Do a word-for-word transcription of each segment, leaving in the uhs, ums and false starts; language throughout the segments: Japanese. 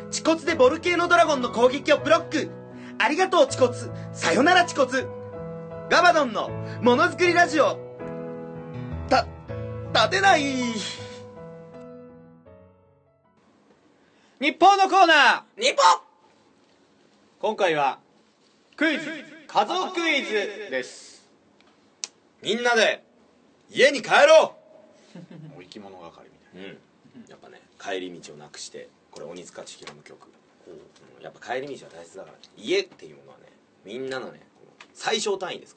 恥骨でボルケーノドラゴンの攻撃をブロック。ありがとう恥骨、さよなら恥骨。ガバドンのものづくりラジオ、た立てない。 日本のコーナー、 日本。 今回はクイズ家族クイズです。 みんなで家に帰ろお生き物係みたいな。 う。うんやっぱね、帰り道をなくして、これ鬼塚千尋の曲、うん、やっぱ帰り道は大切だから、家っていうものはね、みんなのね、この最小単位ですから、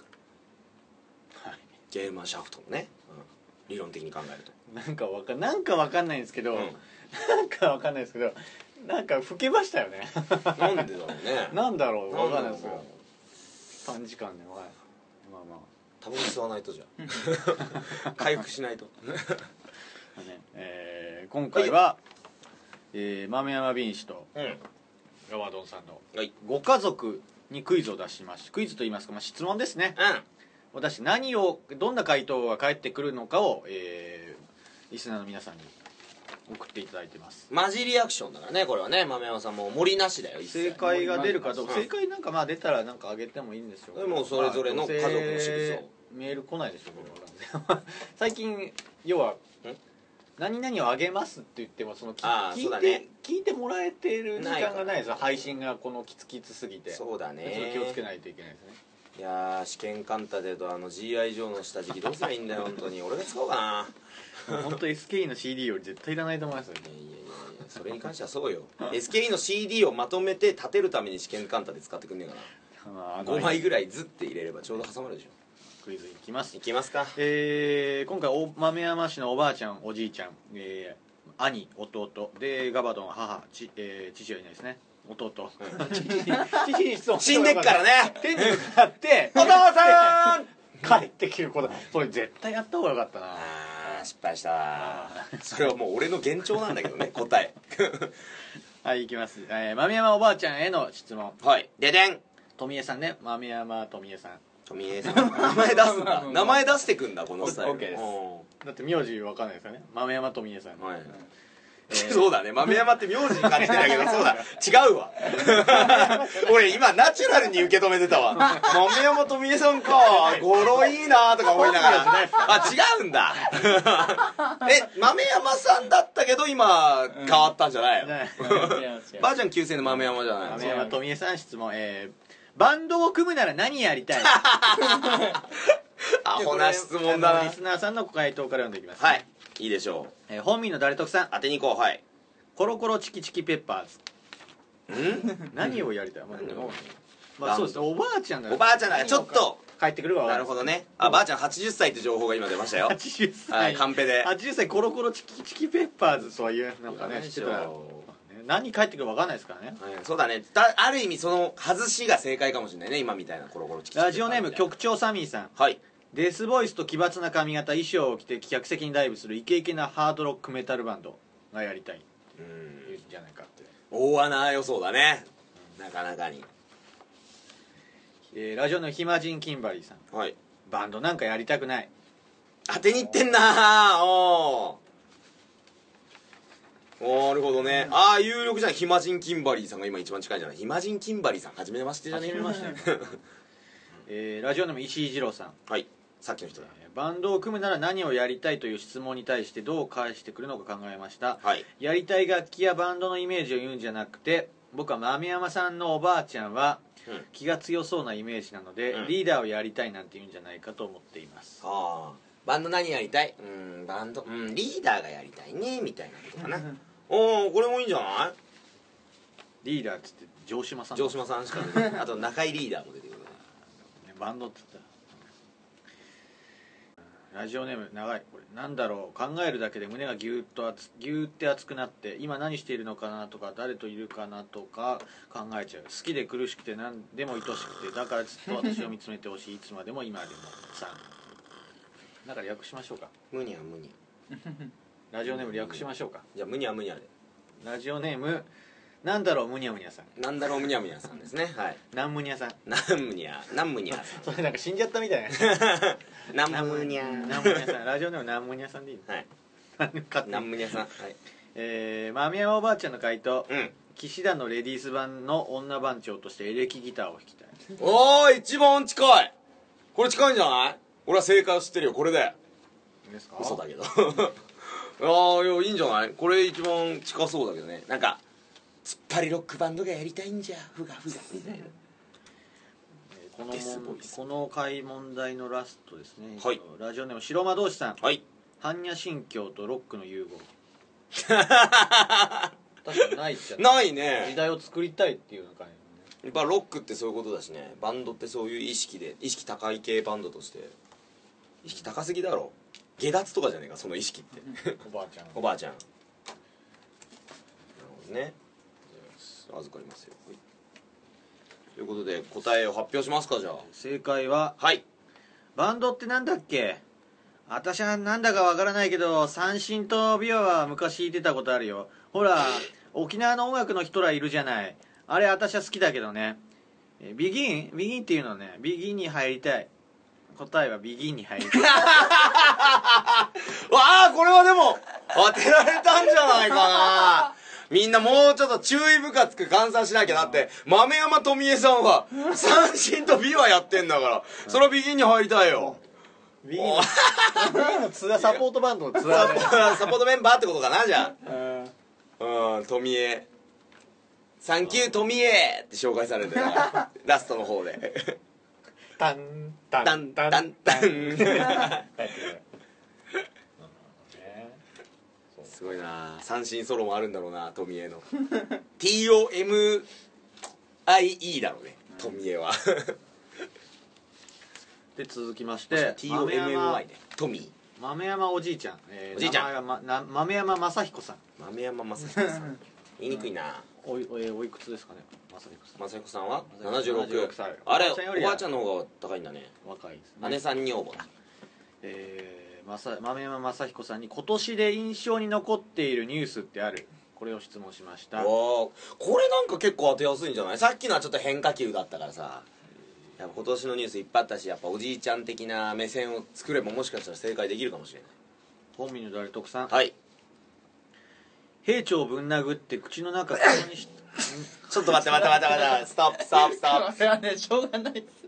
はい、ゲーマーシャフトのね、うん、理論的に考えるとなんかわかなんかわかんないんですけど、 うん、 なんかわかんないですけど、なんか老けましたよね。 なんでだろうね。 なんだろう、わかんないですよ。 短時間で、はい、まあまあタバコ吸わないと、じゃあ回復しないとね、えー、今回は、はい、えー、豆山瓶子と、うん、ガバドンさんのご家族にクイズを出しましクイズと言いますか、まあ、質問ですね、うん、私何をどんな回答が返ってくるのかを、えー、リスナーの皆さんに送っていただいてます。 マジリアクションだからね、これはね。豆山さんも森なしだよ。 正解が出るかどうか、正解なんかまあ出たらなんかあげてもいいんですよ。 でもそれぞれの家族の仕草、 メール来ないでしょこれ最近要は何々をあげますって言っても、その聞いて、ね、聞いてもらえてる時間がないですよ。配信がこのキツキツすぎて。 そうだね、 ちょっと気をつけないといけないですね。 いやー、試験カンタでとあの ジーアイ 上の下敷きどうすりゃいいんだよ本当に。俺が使おうかな。本当 エスケーイー の シーディー より絶対いらないと思いますよ。いやいやいや、それに関してはそうよ。エスケーイー の シーディー をまとめて立てるために試験カンタで使ってくんねえかな。ごまいぐらいズッて入れればちょうど挟まるでしょ。 クイズいきます。 いきますか。 えー、今回お豆山市のおばあちゃん、おじいちゃん、えー兄、弟で、ガバドン母、ち、えー、父はいないですね。弟、うん、父に質問死んでっからね。 天に向かってお父さん帰ってきること、それ絶対やった方がよかったな。 あー、失敗した。それはもう俺の幻聴なんだけどね答えはい、いきます、えー、豆山おばあちゃんへの質問。 はい、ででん。 富江さんね、豆山富江さん。 富江さん名前出すんだ名前出してくんだ、このスタイル。 OK です。だって名字わかんないですよね。豆山富江さん、 はい、えー、そうだね、豆山って名字に感じてたけどそうだ、違うわ俺今ナチュラルに受け止めてたわ豆山富江さんか、語呂いいなとか思いながらあ、違うんだえ、豆山さんだったけど今変わったんじゃないの、うん、ばあちゃん旧姓の豆山じゃないの。 豆山富江さん質問、えーバンドを組むなら何やりたいアホな質問だな。 リスナーさんのご回答から読んでいきます、 ね、はい、いいでしょう。 えー、本民の誰得さん当てに行こう。はい。 コロコロチキチキペッパーズ。ん何をやりたい、まあ、まあそうですね、おばあちゃんだおばあちゃんだからちょっと帰ってくるわ。 なるほどね。あ、ばあちゃんはちじゅっさいって情報が今出ましたよ。 はちじゅっさい、 はい、カンペではちじゅっさいコロコロチキチキペッパーズとはいうなんかね、知ってたら何帰ってくるか分かんないですからね、 はい、そうだね。ある意味その外しが正解かもしれないね、今みたいなコロコロチキチキ。 ラジオネーム局長サミーさん。 はい。 デスボイスと奇抜な髪型、衣装を着て客席にダイブするイケイケなハードロックメタルバンドがやりたい、うん、いうんじゃないかって。 大穴予想だね、うん、なかなかに。 えー、ラジオネームヒマジンキンバリーさん。 はい。 バンドなんかやりたくない。 当てにいってんなー。おーなるほどね、うん、ああ有力じゃん。ヒマジン・キンバリーさんが今一番近いんじゃない。ヒマジン・キンバリーさん初めましてじゃねえ。 初めましてえー、ラジオネーム石井二郎さん。 はい、さっきの人だ、 えー、バンドを組むなら何をやりたいという質問に対してどう返してくるのか考えました、はい、やりたい楽器やバンドのイメージを言うんじゃなくて、僕は豆山さんのおばあちゃんは気が強そうなイメージなので、うん、リーダーをやりたいなんて言うんじゃないかと思っています。 ああ、バンド何やりたい、うん、バンド、うん、リーダーがやりたいねみたいなことかなおお、これもいいんじゃない。 リーダーっつって城島さん、 城島さんしかねあと中井リーダーも出てくるね、バンドっつったら。ラジオネーム長い、これなんだろう、考えるだけで胸がギューッと熱ギューって熱くなって、今何しているのかなとか誰といるかなとか考えちゃう。好きで苦しくて何でも愛しくて、だからずっと私を見つめてほしいいつまでも今でもさん。だから略しましょうか。 むにゃむにゃラジオネーム略しましょうか。 じゃあむにゃむにゃで。 ラジオネームなんだろうむにゃむにゃさん。 なんだろうむにゃむにゃさんですね。はい。 なんむにゃさん。 なんむにゃなんむにゃそれなんか死んじゃったみたいななんむにゃなんむにゃさん。ラジオネームなんむにゃさんでいいの。 はい。なんむにゃさん。はい。 えー、豆山おばあちゃんの回答、 うん、 騎士団のレディース版の女番長としてエレキギターを弾きたい。 おー、一番近い。これ近いんじゃない？俺は正解を知ってるよ。これでですか？ 嘘だけどああ、いや、いいんじゃない？これ一番近そうだけどね。なんか突っ張りロックバンドがやりたいんじゃ、ふがふがみたいなこの問この回問題のラストですね、 はい、 ラジオネーム白魔道士さん、 はい、 般若心経とロックの融合確かにないっちゃないね。 時代を作りたいっていうのかね。 やっぱロックってそういうことだしね。バンドってそういう意識で、意識高い系バンドとして意識高すぎだろ。下脱とかじゃねえか、その意識っておばあちゃんおばあちゃん。なるほどね。預かりますよ。はい、ということで答えを発表しますか。じゃあ正解は、 はい、 バンドってなんだっけ。私はなんだかわからないけど三振とビワは昔弾いてたことあるよ。ほら沖縄の音楽の人らいるじゃない。あれ私は好きだけどね。ビギンビギンっていうのね、ビギンに入りたい。答えはビギンに入りたいわあ、これはでも当てられたんじゃないかなみんなもうちょっと注意深く換算しなきゃ。だって豆山富江さんは三振とビワやってんだから、それはビギンに入りたいよ。 ビギンのツアーサポートバンドのツアーでサポートメンバーってことかな。じゃあうん、富江サンキュー富江って紹介されてるラストの方でタンタタンンタンタンすごいな。三振ソロもあるんだろうな、富江のティーオーエムアイイー だろうね、富江はで続きましてティーオーエムエムアイ ね、トミー豆山おじいちゃん、えー、 おじいちゃん名前は、ま、豆山正彦さん。 豆山正彦さん言いにくいな。 おいおいおいくつですかね、正彦さん。 正彦さんはななじゅうろく。 ななじゅうろくさい。 あれ、 おばあちゃんよりはおばあちゃんの方が高いんだね。 若いですね。 姉さん女房だ。 えー、まさ豆山正彦さんに今年で印象に残っているニュースってある？これを質問しました。 おー、これなんか結構当てやすいんじゃない？さっきのはちょっと変化球だったからさ、やっぱ今年のニュースいっぱいあったし、やっぱおじいちゃん的な目線を作ればもしかしたら正解できるかもしれない。 本民の誰徳さん、 はい。 兵長をぶん殴って口の中にしちょっと待って待って待って待ってストップストップストップそれはねしょうがないです。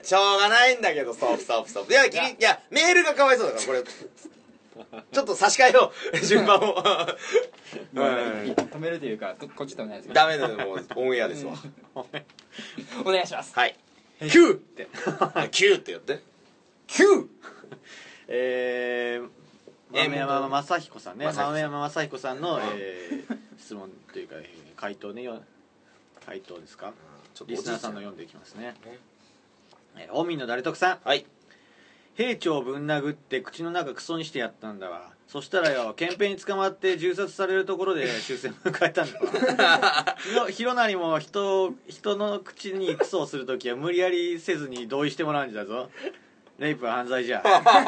しょうがないんだけど、ストップストップストップ。いや、きりいやメールがかわいそうだから、これちょっと差し替えよう順番を止めるというか、ここっち止めないですか。 ダメだよ、もうオンエアですわお願いします。 はい、 キューってキューってやって。 キューえー豆山正彦さんね、 正彦さん豆山正彦さんの、えー、質問というか、えー、回答ね、よ回答ですか、 ちょっとおじいちゃんリスナーさんの読んでいきますね。 ね、 えー、本民の誰徳さん、 はい。 兵長をぶん殴って口の中クソにしてやったんだわ。そしたらよ、憲兵に捕まって銃殺されるところで終戦を迎えたんだわひろひろなりも人人の口にクソをするときは無理やりせずに同意してもらうんだぞ。レイプは犯罪じゃ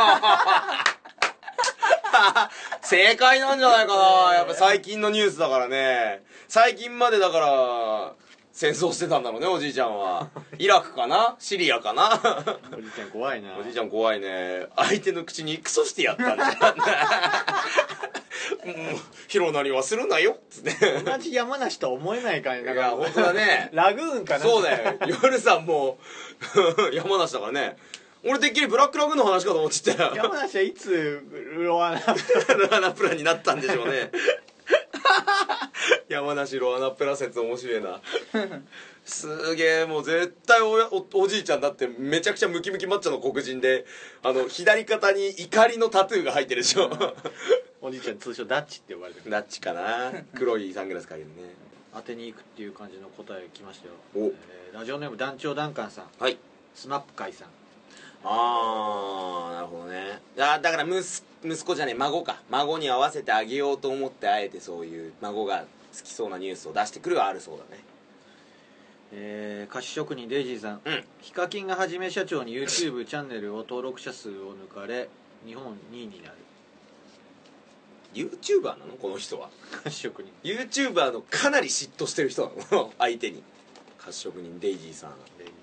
正解なんじゃないかな。やっぱ最近のニュースだからね。最近までだから戦争してたんだろうね、おじいちゃんは。イラクかな、シリアかな。 おじいちゃん怖いな。 おじいちゃん怖いね。相手の口にクソしてやったんだもうヒロナリはするなよっつって同じ山梨とは思えない感じ。 いや本当だねラグーンかな。 そうだよ、夜さんも山梨だからね。俺てっきりブラックラグーンの話かと思ってたよ。 山梨はいつロアナロアナプラになったんでしょうね山梨ロアナプラ説面白いなすげえ、もう絶対 お, お, おじいちゃんだってめちゃくちゃムキムキマッチョの黒人で、あの左肩に怒りのタトゥーが入ってるでしょおじいちゃん通称ダッチって呼ばれてる。 ダッチかな、黒いサングラスかけるね。 当てに行くっていう感じの答え来ましたよ。 お、 えー、ラジオネーム団長ダンカンさん、 はい。 スマップ会さん。 あー、なるほどね。あ、だから息息子じゃねえ、孫か。孫に合わせてあげようと思ってあえてそういう孫が好きそうなニュースを出してくるはあるそうだね。 えー、菓子職人デイジーさん、 うん。 ヒカキンがはじめ社長に YouTube チャンネルを登録者数を抜かれ日本にいになる。 YouTuber なのこの人は。 菓子職人 YouTuber のかなり嫉妬してる人なの相手に。菓子職人デイジーさん。 デイジーさん、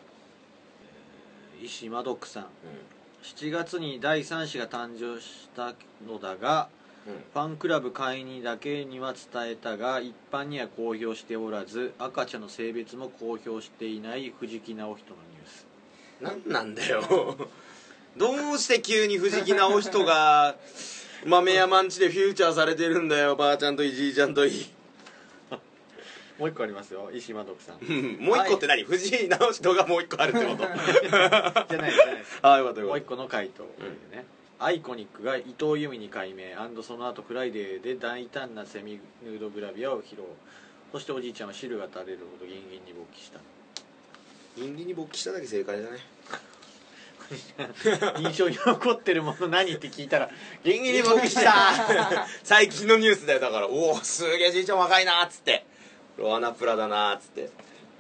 えー、石マドックさん、 うん。 しちがつにだいさん子が誕生したのだがファンクラブ会員だけには伝えたが一般には公表しておらず赤ちゃんの性別も公表していない藤木直人のニュース。 なんなんだよどうして急に藤木直人が豆山んちでフューチャーされてるんだよ、ばあちゃんといじいちゃんといいもう一個ありますよ、石間徳さんもう一個って何、はい、藤井直人がもう一個あるってことじゃないですじゃないですああよかったよかった。 もう一個の回答、うんね、アイコニックが伊藤由美に改名&その後フライデーで大胆なセミヌードグラビアを披露。そしておじいちゃんは汁が垂れるほどギンギンに勃起した。 ギンギンに勃起しただけ正解だね印象に残ってるもの何って聞いたらギンギンに勃起した最近のニュースだよ。だからおおすげえじいちゃん若いなーっつってロアナプラだなーっつって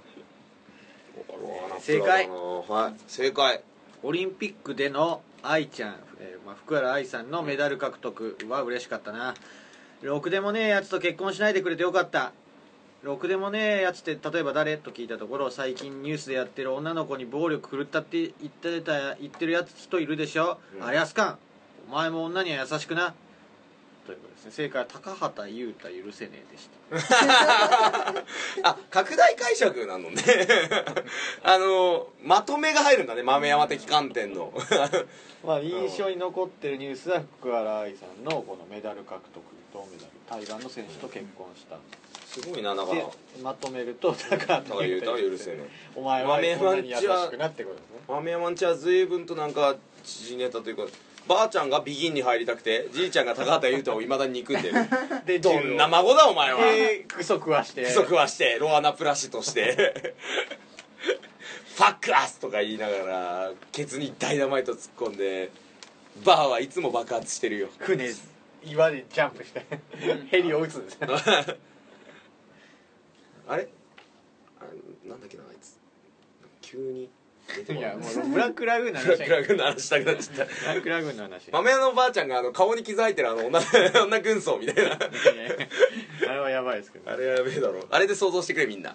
正解、 はい、正解。 オリンピックでの愛ちゃん、えーまあ、福原愛さんのメダル獲得は嬉しかったな。ろくでもねえやつと結婚しないでくれてよかった。ろくでもねえやつって例えば誰と聞いたところ、最近ニュースでやってる女の子に暴力振るったって言ってた言ってるやつ人いるでしょ、うん、ありゃすかん、お前も女には優しくなということですね。正解は高畑優太許せねえでしたあ、拡大解釈なのねあのまとめが入るんだね、豆山的観点のまあ印象に残ってるニュースは福原愛さんのこのメダル獲得、銅メダル、対岸の選手と結婚した、 すごいな。だからまとめると高畑優太は許せねえ、お前は女に優しくなってことですね。 豆山んちは随分となんか縮れたというか、ばあちゃんがビギンに入りたくてじいちゃんが高畑優太をいまだに憎んでるでどんな孫だお前は。 でクソ食わしてクソ食わしてロアナプラシとしてファックアスとか言いながらケツにダイナマイト突っ込んで、バーはいつも爆発してるよ。 船岩でジャンプしてヘリを撃つんですねあれあれなんだっけな、あいつ急に出てこない。 いやもうブラックラグーンの話ブラックラグーンの話したくなっちゃった。 ブラックラグーンの話、 豆屋のばあちゃんがあの顔に傷いてるあの女女軍曹みたいなあれはやばいですけど、 あれはやべえだろ。あれで想像してくれみんな。 いや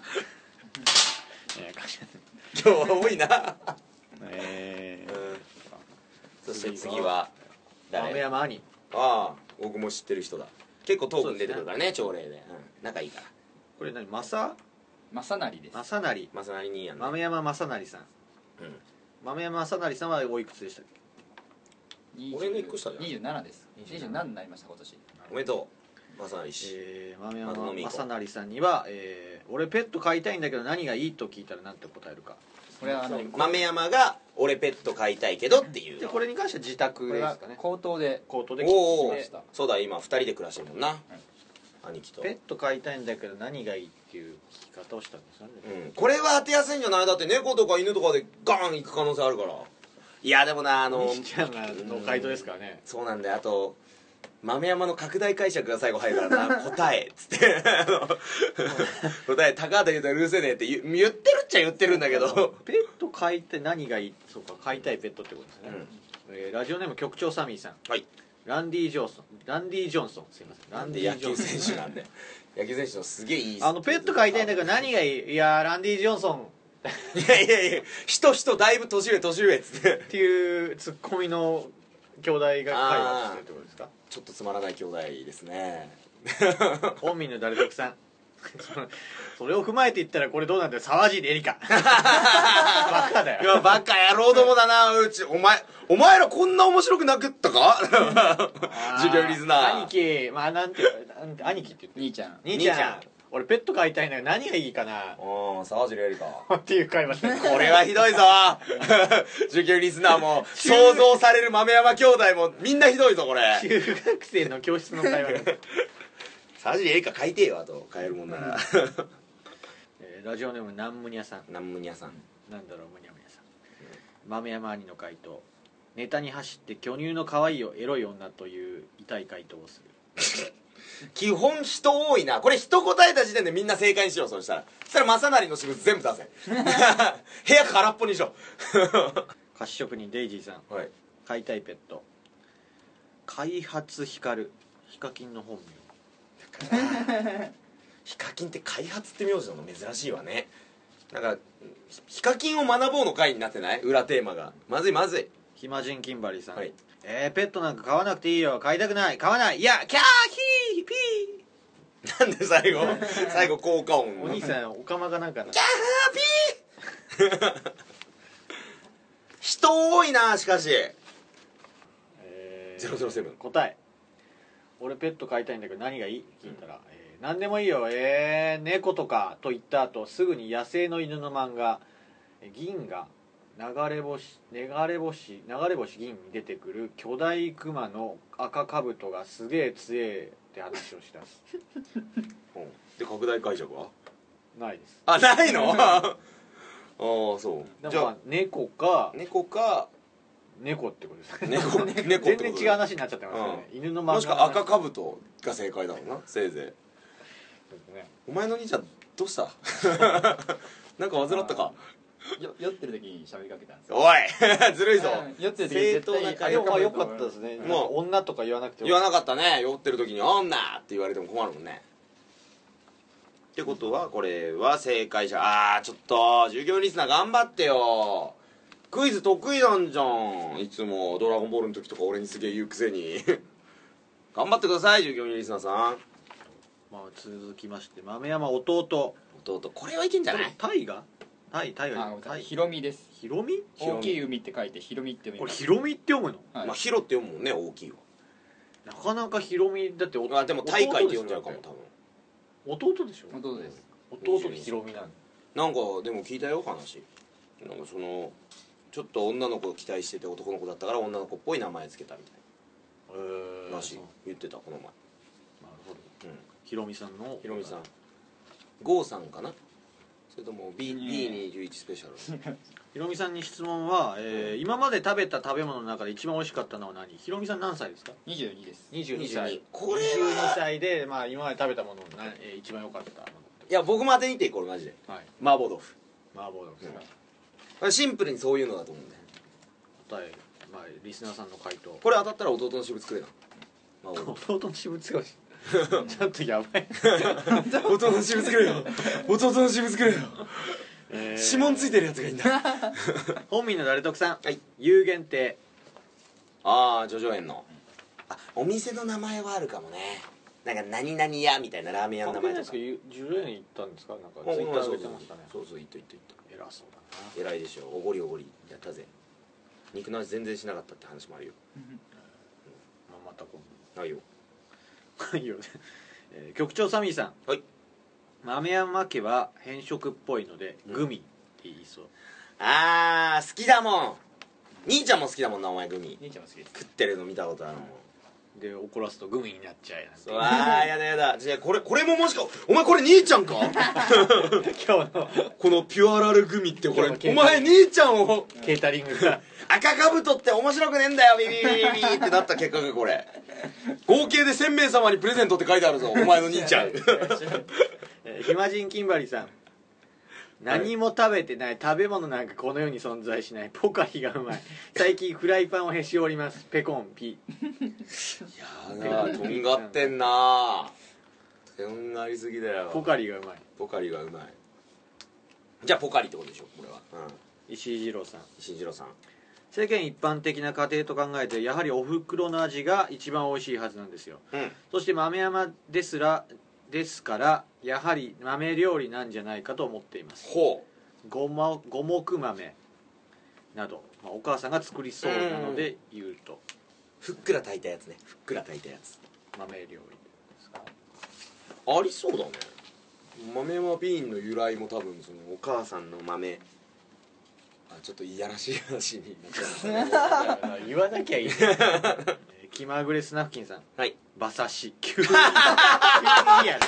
今日は多いなえー、 うん、そして次は誰？豆山兄。 ああ僕も知ってる人だ。結構トークに出てくるからね、朝礼で、うん、仲いいから。これ何？正正成です。 正成正成にやん、ね、 豆山正成さん、うん、豆山正成さんはおいくつでしたっけ？俺のいっこ下じゃん。にじゅうななです。にじゅうななになりました今年。 おめでとう正成氏、 えー、豆山正成さんには、えー、俺ペット飼いたいんだけど何がいいと聞いたら何て答えるか。 これはあの豆山が俺ペット飼いたいけどっていう。 でこれに関しては自宅ですかね。 口頭で口頭で聞きました。 そうだ、今ふたりで暮らしてるもんな、はい、兄貴と。 ペット飼いたいんだけど何がいいっていう聞き方をしたんですよね、 うん、これは当てやすいんじゃない？だって猫とか犬とかでガーン行く可能性あるから。いやでもな、あの西ちゃんの回答ですからね、 うん、そうなんだよ。あと豆山の拡大解釈が最後入るからな答えっつって答え高畑優太許せねえって言ってるっちゃ言ってるんだけどペット飼いたい何がいい、そうか飼いたいペットってことですね、うん、えー、ラジオネーム局長サミーさん、 はい、 ランディ・ジョンソンランディ・ジョンソンすいません、ランディ・野球選手なんで野球選手のすげえいいあのペット飼いたいんだけど何がいい、いやーランディ・ジョンソンいやいやいや人人だいぶ年上年上っつってっていうツッコミの兄弟が会話してるってことですか。 ちょっとつまらない兄弟ですね本民の誰得さんそれを踏まえて言ったらこれどうなんだよ、沢尻エリカバカだよ。 いやバカ野郎どもだなうち。お前お前らこんな面白くなくったか授業リズナー兄貴、まあなんてなんて兄貴って言って兄ちゃん兄ちゃん俺ペット飼いたいんだけど何がいいかな。 うん、沢尻エリカっていう会話してこれはひどいぞ受験リスナーも想像される豆山兄弟もみんなひどいぞこれ。 中学生の教室の会話沢尻エリカ買いてえよ、あと買えるもんなら、 えー、ラジオネームなんむにゃさん。 なんむにゃさんなんだろうむにゃむにゃさん、うん、豆山兄の回答、ネタに走って巨乳の可愛いよエロい女という痛い回答をする基本人多いな。これ人答えた時点でみんな正解にしよう。そしたらそしたら正成の私物全部出せ部屋空っぽにしろ菓子職人デイジーさん、 はい、 飼いたいペット開発光るヒカキンの本名ヒカキンって開発って名字なの珍しいわね。なんかヒカキンを学ぼうの回になってない？裏テーマがまずいまずい。 暇人キンバリーさん、 はい、 えー、ペットなんか飼わなくていいよ、飼いたくない、飼わない、いやキャーヒーピーなんで最後最後効果音お兄さんおかまがなんかなキャーピー人多いな。しかし、えー、ゼロゼロセブン答え、俺ペット飼いたいんだけど何がいいって聞いたら、うん、えー、何でもいいよ、えー、猫とかと言った後すぐに野生の犬の漫画銀河流れ星流れ星流れ星銀に出てくる巨大クマの赤かぶとがすげえ強えって話をしだすで拡大解釈はないです。 あ、ないのああ、そうじゃあ猫か猫か猫ってことですね。猫猫って全然違う話になっちゃってますよね、うん、犬の漫画もしくは赤かぶとが正解だろうな、せいぜい、ね、お前の兄ちゃんどうしたなんか患ったか。 よ酔ってる時に喋りかけたんですよ。 おいずるいぞ。 酔ってる時に絶対正当なよかったですね。もう女とか言わなくても言わなかったね。酔ってる時に女って言われても困るもんね。ってことはこれは正解じゃ。あーちょっと従業員リスナー頑張ってよ。クイズ得意なんじゃん。いつもドラゴンボールの時とか俺にすげえ言うくせに頑張ってください従業員リスナーさん。 まあ続きまして豆山弟弟、これはいけんじゃない。 タイがタイタイがヒロミです。 ヒロミ大きい海って書いてヒロミって読む。 これヒロミって読むの、 はい、まあヒロって読むもんね、大きいわ。 なかなかヒロミだって。 あでも大会って読んじゃうかも多分。弟でしょ。 弟です。 弟でヒロミなの。 なんかでも聞いたよ話。なんかそのちょっと女の子を期待してて男の子だったから女の子っぽい名前つけたみたいな、えー、らしい。言ってたこの前。なるほど、うん、ヒロミさんのヒロミさんゴーさんかな、それとも ビーにじゅういち スペシャルヒロミさんに質問は、えー、今まで食べた食べ物の中で一番美味しかったのは何。ヒロミさん何歳ですか。 にじゅうにです。 にじゅうにさい。 これはにじゅうにさいで、まあ、今まで食べたものな、えー、一番良かったもの。 いや僕も当てにいっていいこれマジで、はい、麻婆豆腐。 麻婆豆腐ですか、 うん、シンプルにそういうのだと思うんだよ。 答え、まあ、リスナーさんの回答。 これ当たったら弟の私物くれな。 弟の私物がちょっとやばい弟の私物くれよ弟の私物くれよ、えー、指紋ついてるやつがいいんだ本民の誰得さん、 はい、 有限亭。 ああ叙々苑の、あお店の名前はあるかもね。なんか何々屋みたいなラーメン屋の名前とか。 叙々苑行ったんですか。なんかツイッター上げてましたね。 そうそう行った行った行った。 偉そうだな。偉いでしょ。おごりおごりやったぜ。肉の味全然しなかったって話もあるよ、うん、 まあ、また今度ないよいいよ、えー、局長サミーさん、 はい、 豆山家は変色っぽいので、うん、グミって言いそう。 あー好きだもん。兄ちゃんも好きだもんなお前グミ。 兄ちゃんも好きです。 食ってるの見たことあるもん、 うん、で怒らすとグミになっちゃうなんて。 あーやだやだ。じゃあこれこれももしかお前これ兄ちゃんか今日のこのピュアラルグミってこれお前兄ちゃんをケータリングが赤かぶとって面白くねえんだよビビビビビってなった結果がこれ合計でせんめい様にプレゼントって書いてあるぞお前の兄ちゃん暇人金針さん、何も食べてない、食べ物なんかこの世に存在しない、ポカリがうまい、最近フライパンをへし折ります、ペコンピ。 いやだとんがってんな。とんがりすぎだよ。 ポカリがうまい。 ポカリがうまい。じゃあポカリってことでしょこれは、うん、 石井二郎さん。 石井二郎さん、 世間一般的な家庭と考えてやはりおふくろの味が一番美味しいはずなんですよ、うん、そして豆山ですらですからやはり豆料理なんじゃないかと思っています。 ほうごま五目豆など、まあ、お母さんが作りそうなので言うと、 ふっくら炊いたやつね。ふっくら炊いたやつ豆料理ですか。 ありそうだね。豆山ビーンの由来も多分そのお母さんの豆、あちょっといやらしい話になっちゃう言わなきゃいい気まぐれスナフキンさん、 はい、 馬刺し急に急にリアル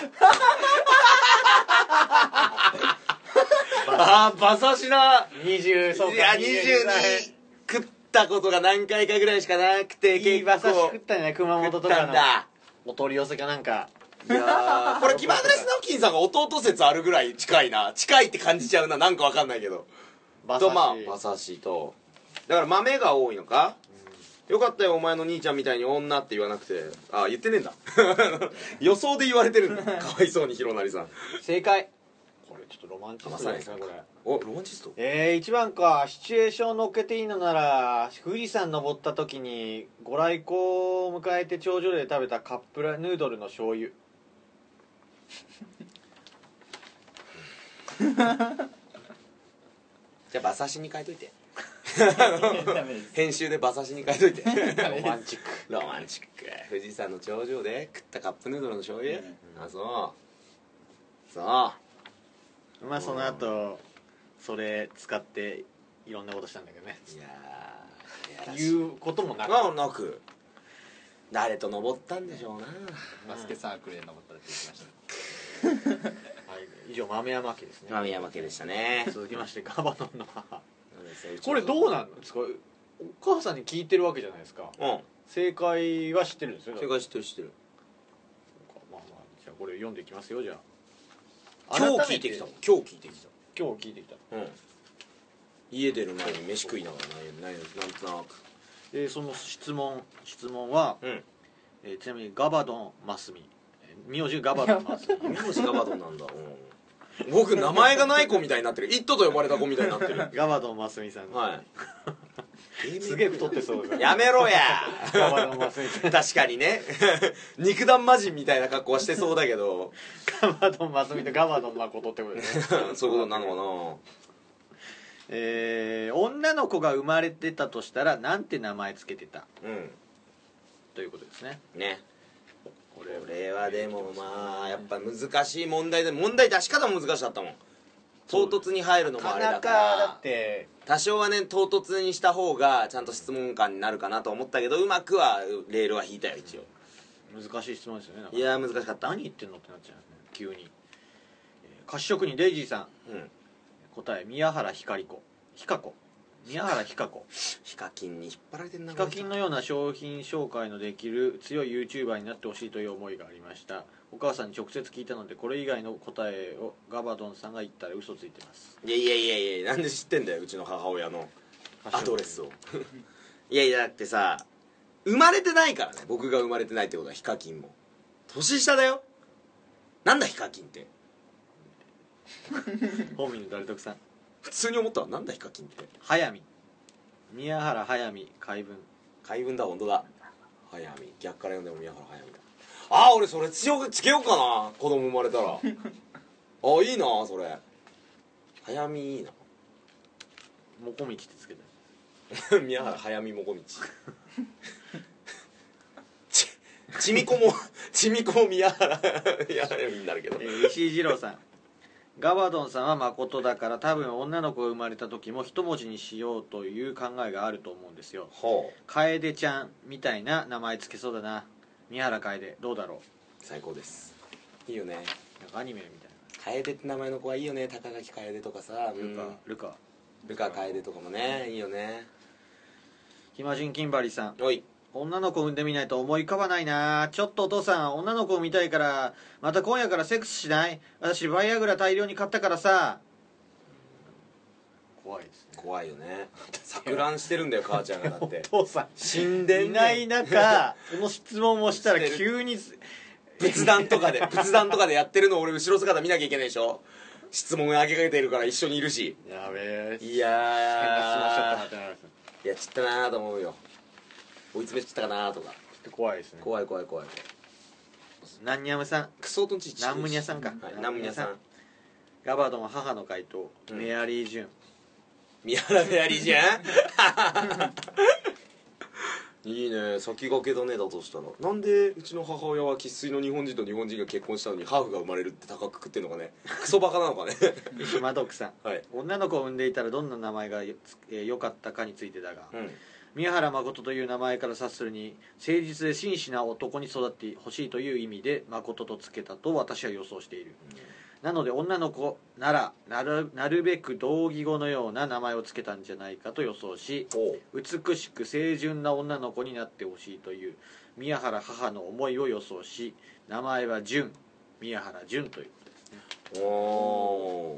あー馬刺しな。 にじゅうそうかいやにじゅうに食ったことが何回かぐらいしかなくて、 いい馬刺し食ったんじゃない熊本とかのお取り寄せかなんか。 いやこれ気まぐれスナフキンさんが弟説あるぐらい近いな。近いって感じちゃうな。なんかわかんないけど馬刺しとまあ馬刺しとだから豆が多いのか、うん、よかったよお前の兄ちゃんみたいに女って言わなくて。あ言ってねえんだ予想で言われてるんだかわいそうにひろなりさん。 正解。 これちょっとロマンチストですねこれ。 おロマンチスト。 えー、いちばんか。シチュエーションを乗っけていいのなら富士山登った時にご来光を迎えて頂上で食べたカップラヌードルの醤油。 じゃあ馬刺しに変えといて。編集で馬刺しに変えといて。ロマンチックロマンチック。富士山の頂上で食ったカップヌードルの醤油、うん、あそうそう。 まあその後それ使っていろんなことしたんだけどね。 いやーいうこともなくなく誰と登ったんでしょうな。 バスケサークルで登ったって言ってました。 はい、以上豆山家ですね。 豆山家でしたね。 続きましてガバドンの母。これどうなんですか。お母さんに聞いてるわけじゃないですか。うん。正解は知ってるんですよ。 正解知ってる知ってる。 まあまあじゃあこれ読んでいきますよ。じゃあ今日聞いてきたもん。今日聞いてきた今日聞いてきた。 うん。家出る前に飯食いながらないなんとなく。 えー、その質問質問は、うんえー、ちなみにガバドンマスミ、名字ガバドンマスミ。 名字ガバドンなんだ。うん、僕名前がない子みたいになってる。イットと呼ばれた子みたいになってる。 ガバドンマスミさん。 はい。 すげえ太ってそうです。 やめろや。 ガバドンマスミさん。 確かにね。肉弾魔人みたいな格好はしてそうだけど。 ガバドンマスミとガバドン誠ってことですね。 そういうことなのかな。 えー、女の子が生まれてたとしたらなんて名前つけてた、うん、ということですね。 ね。これはでもまあやっぱ難しい問題で問題出し方も難しかったもん。唐突に入るのもあれだからだって多少はね唐突にした方がちゃんと質問感になるかなと思ったけどうまくはレールは引いたよ一応。 難しい質問ですよね。 いや難しかった。 何言ってんのってなっちゃうね急に。菓子職人デイジーさん、うん、答え宮原光子ひかこ宮原ひかこ。 ヒカキンに引っ張られてんな。 ヒカキンのような商品紹介のできる強い YouTuber になってほしいという思いがありました。お母さんに直接聞いたのでこれ以外の答えをガバドンさんが言ったら嘘ついてます。 いやいやいやいやなんで知ってんだようちの母親のアドレスを。いやいやだってさ生まれてないからね。僕が生まれてないってことはヒカキンも年下だよ。なんだヒカキンって本名の誰得さん普通に思ったわ。なんだヒカキンって早見宮原早見海文海文だ。本当だ。早見逆から読んでも宮原早見だ。ああ俺それつよつけようかな子供生まれたら。ああいいなそれ。早見いいな。 もこみちってつけた宮原早見もこみちちちみこもちみこも宮原宮原になるけど、 えー、石井二郎さんガバドンさんは誠だから多分女の子が生まれた時も一文字にしようという考えがあると思うんですよ。ほう楓ちゃんみたいな名前つけそうだな。宮原楓どうだろう。 最高です。いいよね。 なんかアニメみたいな楓って名前の子はいいよね。高垣楓とかさルカ、うん、ルカルカ楓とかもねいいよね。 暇人金張さんおい女の子産んでみないと思い浮かばないな。ちょっとお父さん女の子を見たいからまた今夜からセックスしない？私バイアグラ大量に買ったからさ。怖いですね。 怖いよね。錯乱してるんだよ母ちゃんが。だってお父さん死んでんねん。 いない中その質問をしたら急に仏壇とかで仏壇とかでやってるのを俺後ろ姿見なきゃいけないでしょ。質問投げかけてるから一緒にいるし。 やべえ。 いやー変な質問しちゃったなってなる。 いやちったなーと思うよ。追い詰めちゃったかなーとか。 怖いですね。 怖い怖い怖い。 なんにゃむさんクソとんちなんむにゃさんか、 はい、なんむにゃさん。 ガバドンは母の回答、うん、メアリー・ジュン。 宮原メアリー・ジュンいいね。先駆けだね。だとしたらなんでうちの母親は生粋の日本人と日本人が結婚したのにハーフが生まれるって高くくってんのかね。クソバカなのかね。 島徳さん、 はい、 女の子を産んでいたらどんな名前が良、えー、かったかについてだが、うん宮原誠という名前から察するに誠実で真摯な男に育ってほしいという意味で誠とつけたと私は予想している、うん、なので女の子ならなる、なるべく同義語のような名前をつけたんじゃないかと予想し美しく清純な女の子になってほしいという宮原母の思いを予想し名前は純宮原純ということですね。お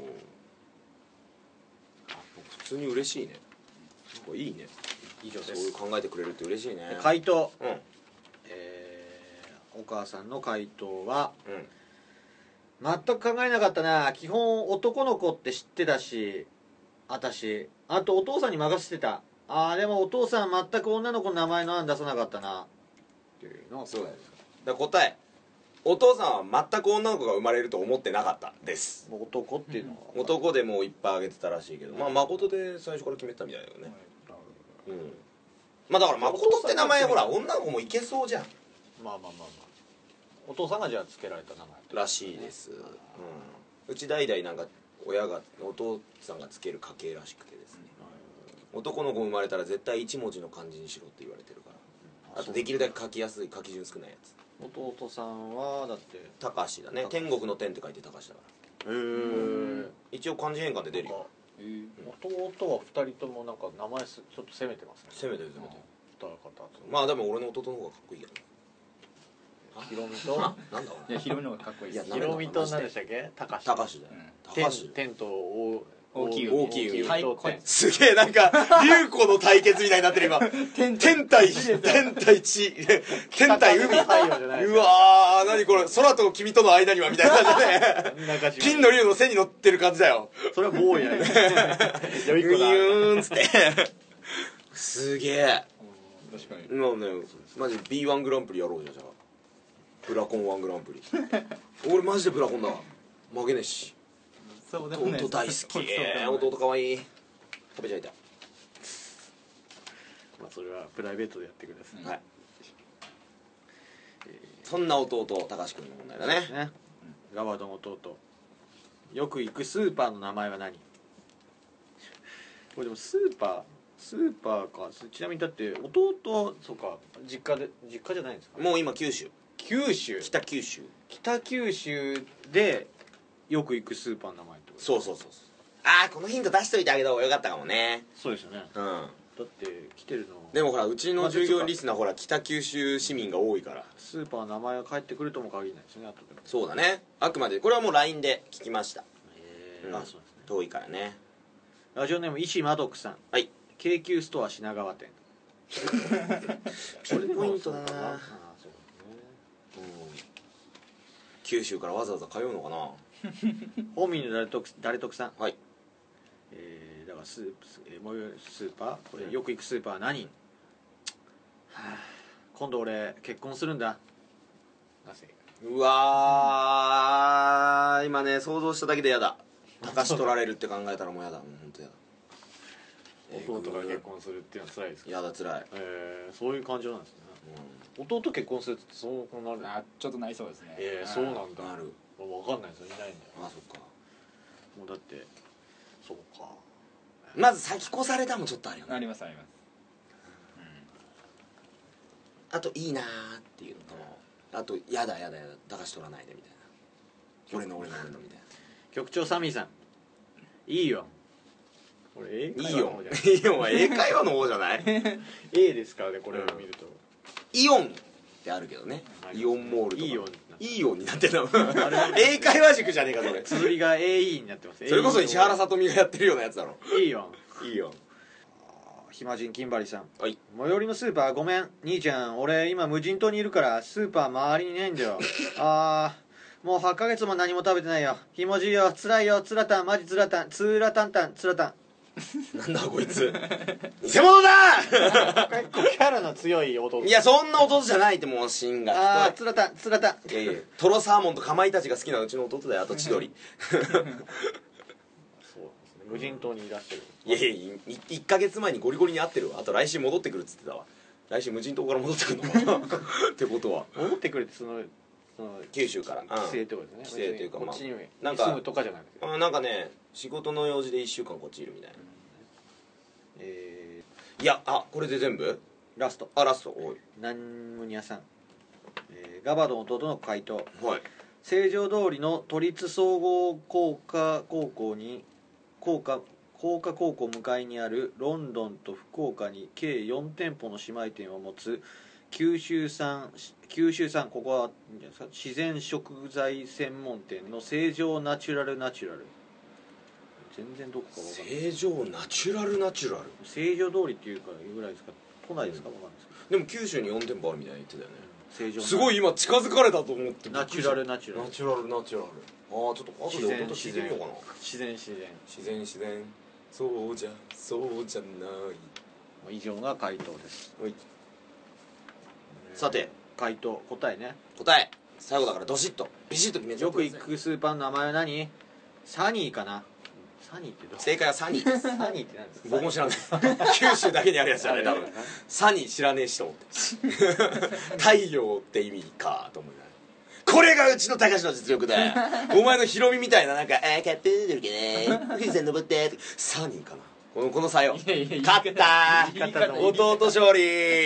ー普通に嬉しいね。いいね。 以上です。 そういう考えてくれるって嬉しいね。 回答、うんえー、お母さんの回答は、うん、 全く考えなかったな。基本男の子って知ってたし、あたしあとお父さんに任せてた。ああでもお父さん全く女の子の名前の案出さなかったなっていうの。 そうだよ。だから答え、お父さんは全く女の子が生まれると思ってなかったです。 男っていうのは、 うん、男でもういっぱいあげてたらしいけど、まあ誠で最初から決めてたみたいだよね。うん、まあだから誠って名前ほら女の子もいけそうじゃん。 まあまあまあまあ、お父さんがじゃあ付けられた名前らしいです、うん、うち代々なんか親がお父さんがつける家系らしくてですね、うん、男の子生まれたら絶対一文字の漢字にしろって言われてるから、うん、あとできるだけ書きやすい書き順少ないやつ。 弟さんはだって高橋だね。天国の天って書いて高橋だから。へえ。一応漢字変換で出るよ。 えー、弟はふたりともなんか名前すちょっと攻めてますね。 攻めてる攻めてる。 方まあでも俺の弟の方がかっこいいやん。 ヒロミとなんだいやヒロミの方がかっこいいです。 ヒロミと何でしたっけ？高橋。 高橋だよ。 高橋。天と大大きい大きい海。 すげえなんか龍子の対決みたいになってる今。天対天対地天対海。うわー何これ空と君との間にはみたいな感じで金の龍の背に乗ってる感じだよ。 それは坊や。 よいこだ。ーんつって。すげえ。 確かに。 今ねマジ ビーワン グランプリやろうじゃじゃあ。ブラコンワングランプリ。俺マジでブラコンだわ。負けねえし。 そうでもね。 弟大好き。弟かわいい。食べちゃいたい。 まあそれはプライベートでやってください。 はい。そんな弟高橋君の問題だね。 ね。ガバドの弟。よく行くスーパーの名前は何？これでもスーパースーパーか。ちなみにだって弟そうか実家で実家じゃないんですか？ もう今九州。 九州。 北九州。 北九州でよく行くスーパーの名前ってこと？ そうそうそう。ああこのヒント出しといてあげた方がよかったかもね。 そうですよね。 うん。 だって来てるの。 でもほらうちの従業員リスナーほら北九州市民が多いからスーパーの名前が返ってくるとも限らないですね。あとでも。 そうだね。あくまでこれはもう ライン で聞きました。へえ。あそうですね。 遠いからね。 ラジオネーム石マドクさん。 はい。 京急ストア品川店。 これポイントだな。ああそうですね。九州からわざわざ通うのかな。 本民の誰得誰得さん。 はい。 えー、だからスープ、えー、もうスーパーこれよく行くスーパーは何？はあ、今度俺結婚するんだ。 うわー今ね想像しただけでやだ。高し取られるって考えたらもうやだ。もう本当やだ。 弟が結婚するっていうのは辛いですか？ やだ辛い。 えー、そういう感じなんですね。うん、弟結婚するってそうなる。 あちょっとなりそうですね。 えー、そうなんだ。 なる。 分かんないですよ。いないんだよ。 あそっか。 もうだってそうか。 まず先越されたもちょっとあるよね。 ありますあります。 あといいなーっていうのと、あとやだやだやだ高し取らないでみたいな。俺の俺の俺のみたいな。 局長サミーさん。いいよ。これ英会話の方じゃない？ イオンは英会話の方じゃない？ A ですからねこれを見ると。 イオンってあるけどね。イオンモールとか。 イオン。 イオンになってるの。英会話塾じゃねえかそれ。 綴りが エーイー になってます。 それこそ石原さとみがやってるようなやつだろ。 いいよ。 いいよ。 暇人金針さん。 はい。 最寄りのスーパーごめん兄ちゃん俺今無人島にいるからスーパー周りにいないんだよ。あーもうはちかげつも何も食べてないよ。ひもじいよつらいよつらたんマジつらたんつらたんたんつらたん。 なんだこいつ偽物だ結構キャラの強い弟。 いやそんな弟じゃないってもう芯がああつらたんつらたん。 いやいやトロサーモンとかまいたちが好きなうちの弟だよ。あと千鳥。 そうですね無人島にいらっしゃる。 いやいやいっかげつまえにゴリゴリに会ってるわ。あと来週戻ってくるっつってたわ。来週無人島から戻ってくるのかなってことは戻ってくるってそのその九州から帰省ってことですね。 帰省というかこっちになんか住むとかじゃないですけど。 あなんかね仕事の用事でいっしゅうかんこっちいるみたいな。 えー、いやあこれで全部ラスト。 あラストおいなんむにゃさん、えー、ガバドン弟の回答。 はい。 成城通りの都立総合工科高校に工科工科高校向かいにあるロンドンと福岡に計よん店舗の姉妹店を持つ九州産九州産ここはいいんじゃないですか自然食材専門店の成城ナチュラルナチュラル。全然どこか分かんない。 成城ナチュラルナチュラル成城通りっていうかぐらいですか都内ですか分かんないですけど、 でも九州によん店舗あるみたいに言ってたよね。 正常なすごい今近づかれたと思ってナチュラルナチュラルナチュラルナチュラル。ああちょっと後で音聞いてみようかな。 自然自然自然自然そうじゃそうじゃない。 以上が回答です。 はい。さて回答答えね。 答え最後だからドシッとビシッと決めちゃよくってください。 行くスーパーの名前は何？サニーかな。サニーってどう？ 正解はサニーです。 サニーって何ですか？ 僕も知らない九州だけにあるやつじゃない多分。サニー知らねえしと思って太陽って意味かと思いながらこれがうちの高橋の実力だお前のヒロミみたいななんか「あーカップ出るけね富士山登って」サニーかなこのこの差よ。 いやいや勝った言い方の弟勝利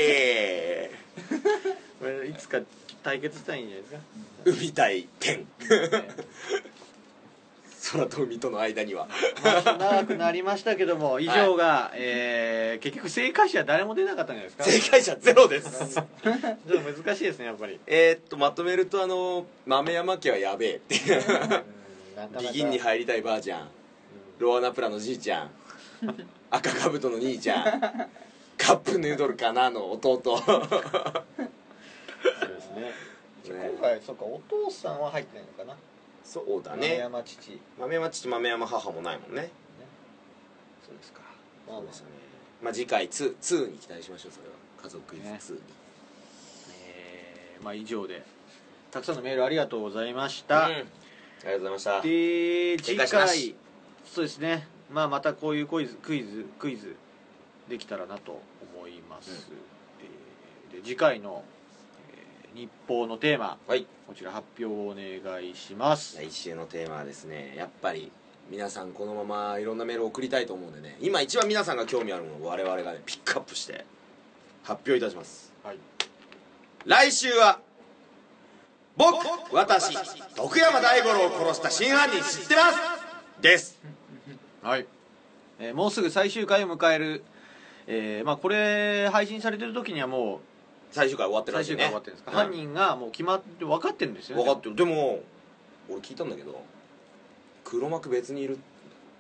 これいつか対決したらいいんじゃないですか。 海対天空と海との間にはまあ長くなりましたけども以上が、えー結局正解者は誰も出なかったんじゃないですか。 正解者ゼロですちょっと難しいですねやっぱり。 えーっとまとめるとあの豆山家はやべえってなかなかビギンに入りたいばあちゃんロアナプラのじいちゃん赤かぶとの兄ちゃんカップヌードルかなの弟そうですね。今回そうかお父さんは入ってないのかな。 そうだ豆ね山父。 豆山父豆山母もないもんね。 そうですか。まあまあそうですよね。まあ次回ツー、ツーに期待しましょう。それは家族クイズツーに、 えーまあ以上でたくさんのメールありがとうございました。 うん、ありがとうございました。 で次正解しな回しそうですね。まあまたこういうクイズクイズクイズできたらなと思います。えーで次回の、えー日報のテーマ、 はい、 こちら発表をお願いします。 来週のテーマはですね、やっぱり皆さんこのままいろんなメールを送りたいと思うんでね、今一番皆さんが興味あるものを我々がねピックアップして発表いたします。 はい。 来週は僕私徳山大五郎を殺した真犯人知ってますですはい。えーもうすぐ最終回を迎える、えーまあこれ配信されてる時にはもう最終回終わってるら最終しいね。 回終わってるんですか。犯人がもう決まって分かってるんですよね。 分かってる。でも俺聞いたんだけど黒幕別にいる。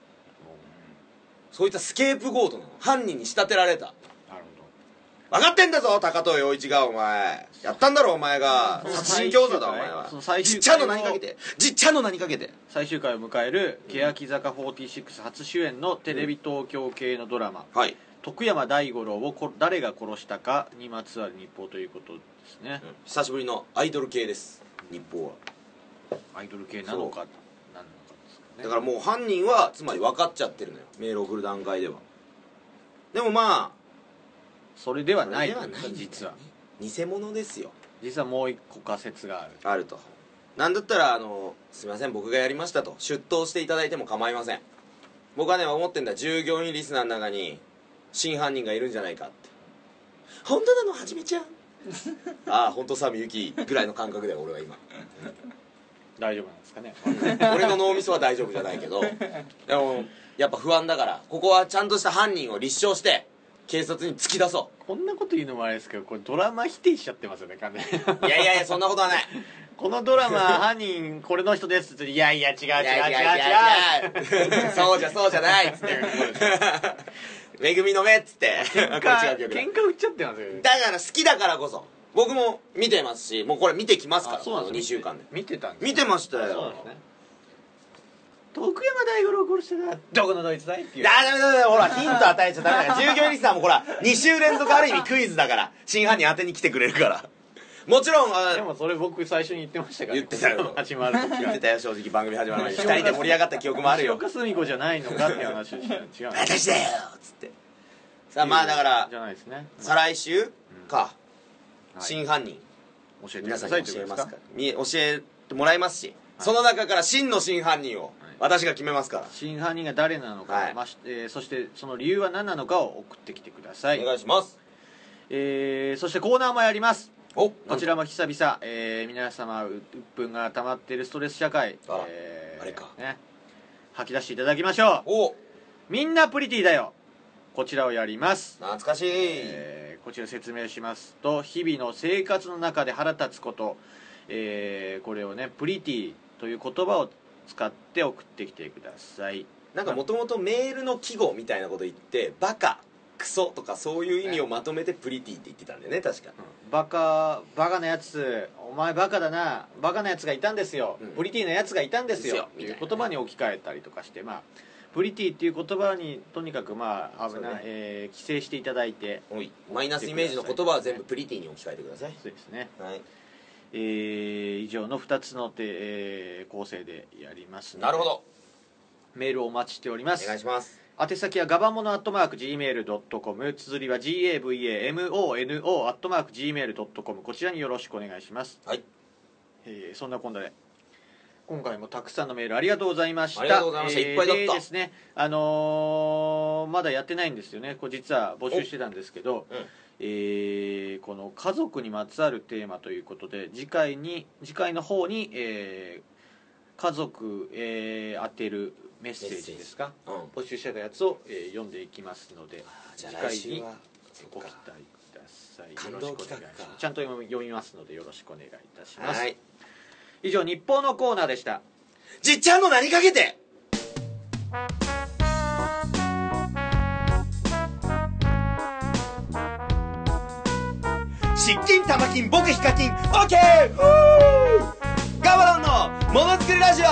そういったスケープゴートなの。犯人に仕立てられた。 なる分かってんだぞ高藤陽一が。お前やったんだろお前が。 その殺人教唆だお前はその最終回じっちゃんの名にかけてじっちゃんの名にかけて最終回を迎える欅坂フォーティーシックス初主演のテレビ東京系のドラマ、 はい、 徳山大五郎をこ誰が殺したかにまつわる日報ということですね。 うん、久しぶりのアイドル系です日報は。 アイドル系なのか何なのかですかね。 だからもう犯人はつまり分かっちゃってるのよメールを送る段階では。でもまあそれではないそれではないんだよね実は偽物ですよ。 実はもう一個仮説がある。 あると。なんだったらあのすいません僕がやりましたと出頭していただいても構いません。僕はね思ってんだ、従業員リスナーの中に真犯人がいるんじゃないかって。本当なのはじめちゃんああ本当さみゆきぐらいの感覚だよ俺は今大丈夫なんですかね。 俺の脳みそは大丈夫じゃないけどでもやっぱ不安だからここはちゃんとした犯人を立証して警察に突き出そこんなこと言うのもあれですけどこれドラマ否定しちゃってますよね完全に。 う。いやいやいやそんなことはないこのドラマ犯人これの人ですって言っていやいや違う違う違う違ういやいや違う違うそうじゃそうじゃないっつってめぐみの目っつって喧これ違う曲だ嘩喧嘩売っちゃってますよ。 だから好きだからこそ僕も見てますしもうこれ見てきますからあそうなんですねにしゅうかんで見てたんですか。 見てましたあよ。 そうなんですね。徳山大五郎を殺してたどこのドイツだいっていう。 だダメだダメだほらヒント与えちゃダメだ従業員リスナーもほらに週連続ある意味クイズだから真犯人当てに来てくれるからもちろんあでもそれ僕最初に言ってましたから、ね、 言ってたよ始まる時は言ってたよ正直番組始まる前にふたりで盛り上がった記憶もあるよ石岡澄子じゃないのかっていう話をして違う私だよっつってさあまあだからじゃないですね。 再来週か、 はい真犯人教えてく皆さんださいに教えますということですか。 からみ教えてもらいますし、その中から真の真犯人を私が決めますから、 真犯人が誰なのか、 はいましえーそしてその理由は何なのかを送ってきてください。 お願いします。 えーそしてコーナーもやります。 おこちらも久々、えー皆様う鬱憤が溜まっているストレス社会、 あらえーあれかね、吐き出していただきましょう。 おみんなプリティだよ、こちらをやります。 懐かしい、 えーこちら説明しますと、日々の生活の中で腹立つこと、えーこれをねプリティという言葉を使って送ってきてください。 なんかもともとメールの季語みたいなこと言ってバカクソとかそういう意味をまとめてプリティって言ってたんだよね確か、 うんバカバカなやつ、お前バカだな、バカなやつがいたんですよ、うん、プリティなやつがいたんですよっていう言葉に置き換えたりとかして、まあプリティっていう言葉にとにかくまあ危ない、ねえー、規制していただいて、 おいマイナスイメージの言葉は全部プリティに置き換えてください。 そうですね、 はい、 えー、以上のふたつの、えー、構成でやりますので、 なるほど、 メールをお待ちしております。 お願いします。 宛先はガバモノアットマーク ジーメールドットコム、綴りは ジーエーブイエーモノ アットマーク ジーメールドットコム、こちらによろしくお願いします。 はい、 えー、そんなこんなで今回もたくさんのメールありがとうございました。 ありがとうございました、えー、いっぱいだった。 でですね、あのー、まだやってないんですよね。これ実は募集してたんですけど、うん、えー、この家族にまつわるテーマということで、次回に次回の方に、えー、家族、えー、当てるメッセージですか、うん、募集してたやつを、えー、読んでいきますので、 じゃあ来週はご期待ください。 感動企画か、 ちゃんと読みますのでよろしくお願いいたします。 はい、 以上日報のコーナーでした。 じっちゃんの何かけて。失禁玉金ボケヒカキンオッケーガバドンのものづくりラジオ。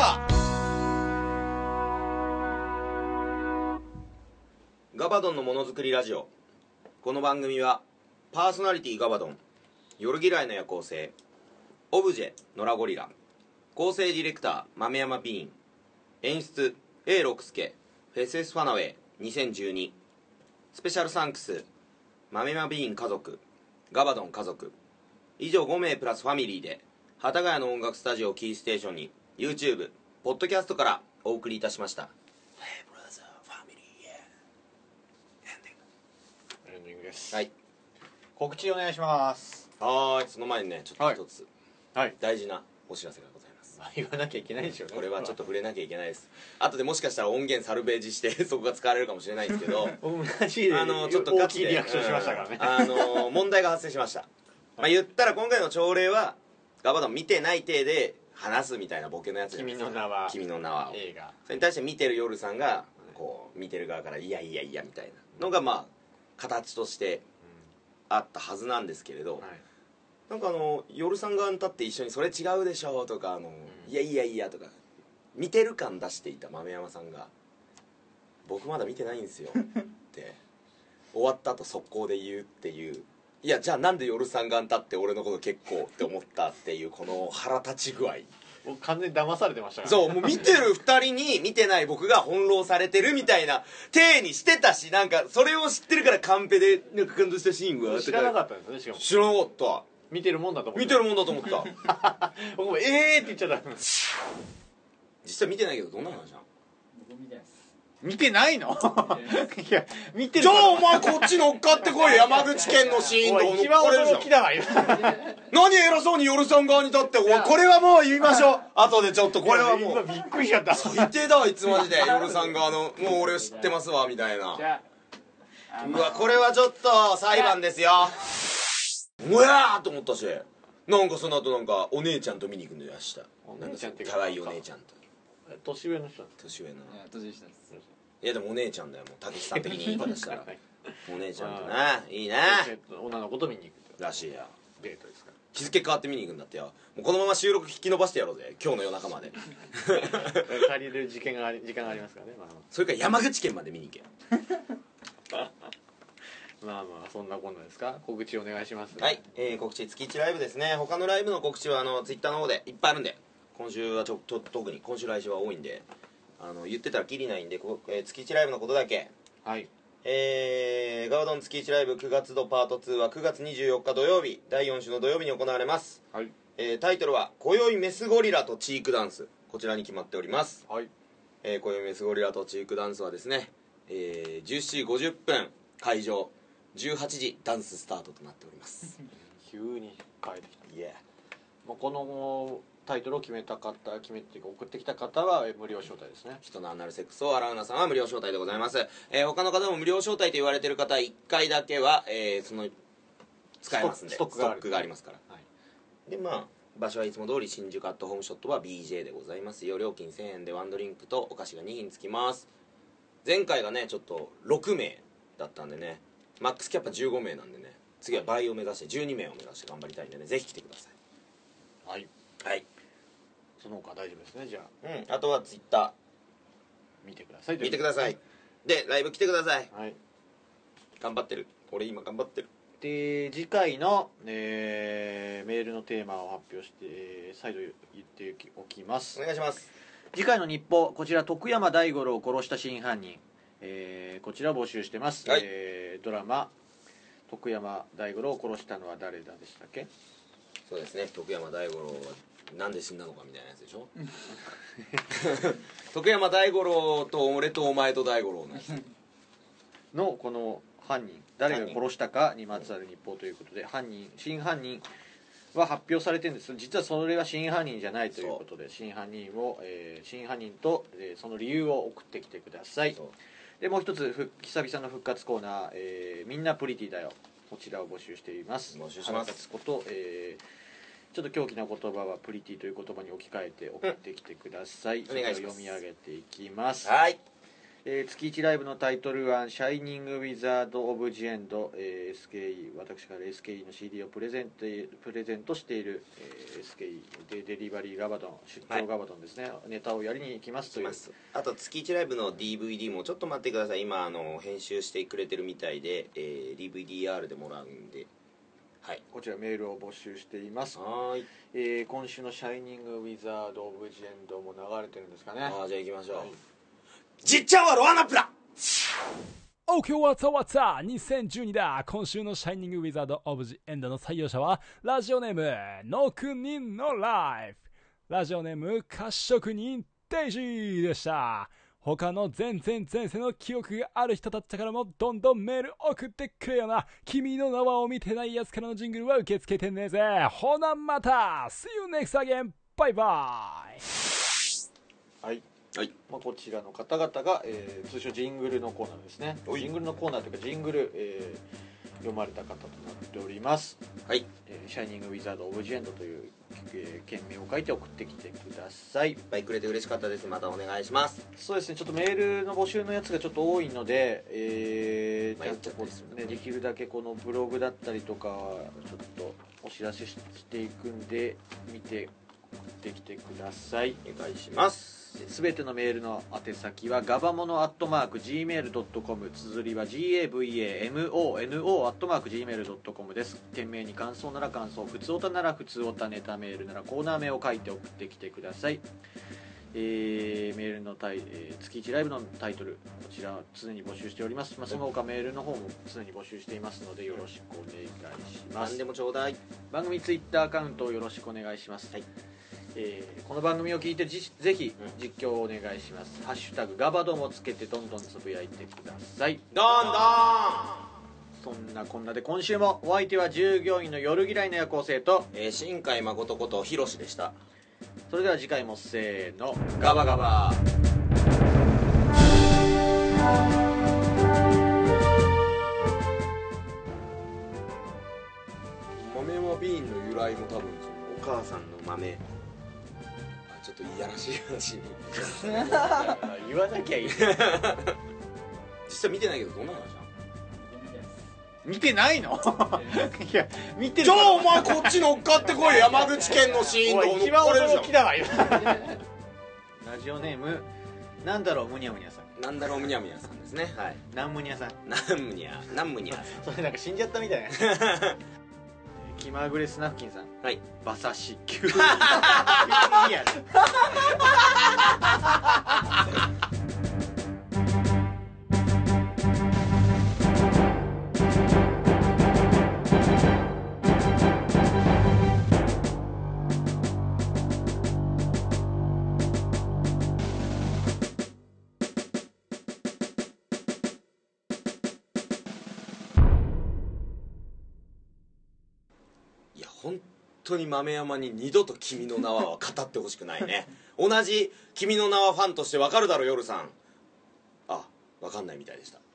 ガバドンのものづくりラジオ。この番組はパーソナリティガバドン、夜嫌いの夜行性、オブジェノラゴリラ、構成ディレクター豆山ビーン、演出 A 六輔、フェスエスファナウェイにせんじゅうに、スペシャルサンクス豆山ビーン家族、ガバドン家族、以上ご名プラスファミリーで幡ヶ谷の音楽スタジオキーステーションに YouTube、ポッドキャストからお送りいたしました。 エンディングです。 はい、 告知お願いします。 はい、その前にねちょっと一つ、 はい、 大事なお知らせがございます。 まあ、言わなきゃいけないでしょうね。 これはちょっと触れなきゃいけないです。後でもしかしたら音源サルベージしてそこが使われるかもしれないんですけどマジであのちょっとガチで大きいリアクションしましたからね、 うん、あの問題が発生しました、はい、まあ、言ったら今回の朝礼はガバドン見てない体で話すみたいなボケのやつじゃないですか。 君の名は君の名は映画。 それに対して見てる夜さんがこう見てる側からいやいやいやみたいなのがまあ形としてあったはずなんですけれど、はい、なんかあの夜さん側に立って一緒にそれ違うでしょとかあの、うん、いやいやいやとか見てる感出していた豆山さんが僕まだ見てないんですよって終わった後速攻で言うっていう、いやじゃあなんで夜さん側に立って俺のこと結構って思ったっていうこの腹立ち具合、 もう完全に騙されてましたから、 そうもう見てるふたりに見てない僕が翻弄されてるみたいな体にしてたし、なんかそれを知ってるからカンペでなんか感動したシーンが知らなかったんですね。しかも知らなかった、 見てるもんだと思って見てるもんだと思った僕もえーって言っちゃった実際見てないけどどんな話なの？ 僕見てないです。 見てないのいや見てるじゃあお前こっち乗っかってこい山口県のシーンと一番驚きだわ今何偉そうに夜さん側に立ってこれはもう言いましょう後でちょっとこれはもう今びっくりしちゃった最低だわいつマジで夜さん側のもう俺を知ってますわみたいな。うわこれはちょっと裁判ですようわーと思ったし、なんかその後なんかお姉ちゃんと見に行くんだよ明日。なんか可愛いお姉ちゃんと年上の人年上のいや年上です。 いやでもお姉ちゃんだよもうたけしさん的に言い方したらお姉ちゃんとないいな女の子と見に行くらしいやデートですから日付変わって見に行くんだってよ。もうこのまま収録引き延ばしてやろうぜ今日の夜中まで借りる時間があり時間がありますからね、まあ、 それから山口県まで見に行けまあまあそんなこんなですか。告知お願いします、ね、 はい、えー、告知月いちライブですね。他のライブの告知はあのツイッターの方でいっぱいあるんで、今週はちょっと特に今週来週は多いんであの言ってたらキリないんでこ、えー、月いちライブのことだけ。 はい、 えー、ガバドン月いちライブくがつ度パートツーはくがつにじゅうよっか土曜日だいよん週の土曜日に行われます、 はい、 えー、タイトルは今宵メスゴリラとチークダンス、こちらに決まっております、 はい、 えー、今宵メスゴリラとチークダンスはですね、えー、じゅうしちじごじゅっぷん会場じゅうはちじダンススタートとなっております急に変えてきた。 いや、 もうこのタイトルを決めた方決めて送ってきた方は無料招待ですね。 人のアナルセックスを洗うなさんは無料招待でございます、えー、他の方も無料招待と言われている方いっかいだけは、えー、その使えますんでストックがあるストックがありますから、はい、でまあ場所はいつも通り新宿アットホームショットは ビージェー でございますよ。料金せんえんでワンドリンクとお菓子がに品つきます。前回がねちょっとろくめいだったんでねマックスキャッパじゅうごめいなんでね次は倍を目指してじゅうにめいを目指して頑張りたいんでね、ぜひ来てください。 はいはい、 その他大丈夫ですね。じゃあ、 うん、あとはツイッター見てください。 見てください。でライブ来てください。 はい、 頑張ってる、俺今頑張ってる。 で次回の、えーメールのテーマを発表して、えー再度言っておきます。 お願いします。 次回の日報、こちら徳山大五郎を殺した真犯人、えーこちらを募集してます、 はい、 えードラマ徳山大五郎を殺したのは誰だでしたっけ。 そうですね、徳山大五郎はなんで死んだのかみたいなやつでしょ徳山大五郎と俺とお前と大五郎のやつのこの犯人誰が殺したかにまつわる日報ということで、犯人真犯人は発表されてるんです。実はそれは真犯人じゃないということで、真犯人を、えー、真犯人と、えー、その理由を送ってきてください。でもう一つふ久々の復活コーナー、えー、みんなプリティだよ、こちらを募集しています。 募集します。 腹立つこと、えー、ちょっと狂気な言葉はプリティという言葉に置き換えて送ってきてください、うん、 お願いします。 読み上げていきます。 はい、 えー、月いちライブのタイトル案「シャイニング・ウィザード・オブ・ジ・エンド」えー、エスケーイー 私から エスケーイー の シーディー をプレゼントプレゼントしている、えー、エスケーイー でデリバリーガバドン出張ガバドンですね、はい、ネタをやりに行きますという。 あと月いちライブの ディーブイディー もちょっと待ってください。今あの編集してくれてるみたいで、えー、ディーブイディーアール でもらうんで、はい、 こちらメールを募集しています。 はい、 えー、今週の「シャイニング・ウィザード・オブ・ジ・エンド」も流れてるんですかね。 ああ、じゃあ行きましょう、はい、 じっちゃんはロアナップだ。オーケー、ワッツァワッツァにせんじゅうにだ。今週のシャイニングウィザードオブジエンドの採用者はラジオネームのくにんのライフ、ラジオネーム褐色人デイジーでした。他の全然前世の記憶がある人たちからもどんどんメール送ってくれよな。君の名はを見てないやつからのジングルは受け付けてねえぜ。ほなまた See you next again. バイバイ。 はいはい、まあ、こちらの方々が、えー、通称ジングルのコーナーですね。ジングルのコーナーというかジングル、えー、読まれた方となっております。 はい、 えー、シャイニングウィザードオブジェンドという、えー、件名を書いて送ってきてください。いっぱいくれて嬉しかったです。またお願いします。 そうですね、ちょっとメールの募集のやつがちょっと多いので、えー、ちゃんとこう、ね、できるだけこのブログだったりとかちょっとお知らせしていくんで見て送ってきてください。 お願いします。 すべてのメールの宛先はガバモノアットマーク ジーメールドットコム、 綴りは ジーエーブイエーエムオーエヌオー アットマーク ジーメールドットコム です。件名に感想なら感想、ふつおたならふつおた、ネタメールならコーナー名を書いて送ってきてください。えー、メールのタイ、えー、月いちライブのタイトル、こちら常に募集しております。まあ、その他メールの方も常に募集していますのでよろしくお願いします。 何でもちょうだい。 番組ツイッターアカウントをよろしくお願いします。はい、えー、この番組を聞いてじぜひ実況をお願いします、うん、ハッシュタグガバドンをつけてどんどんつぶやいてください。 どんどん。 そんなこんなで今週もお相手は従業員の夜嫌いの夜行性と、 えー、新海誠ことひろしでした。 それでは次回もせーの、 ガバガバ。豆山ビーンの由来も多分お母さんの豆、ちょっといやらしい話に言わなきゃいい。 実際見てないけどどんな話なの？ 見てないの？いや見てる。 じゃあお前こっち乗っかってこい。山口県のシーンと一番驚きだわ今。ラジオネームなんだろうむにゃむにゃさん。 なんだろうむにゃむにゃさんですね。はい。 なんむにゃさん。 なんむにゃなんむにゃ。 それなんか死んじゃったみたいな。気まぐれスナフキンさん。 はい。 馬刺し。急にリアル。 本当に豆山に二度と君の名はは語ってほしくないね。同じ君の名はファンとして分かるだろ夜さん。あ、分かんないみたいでした。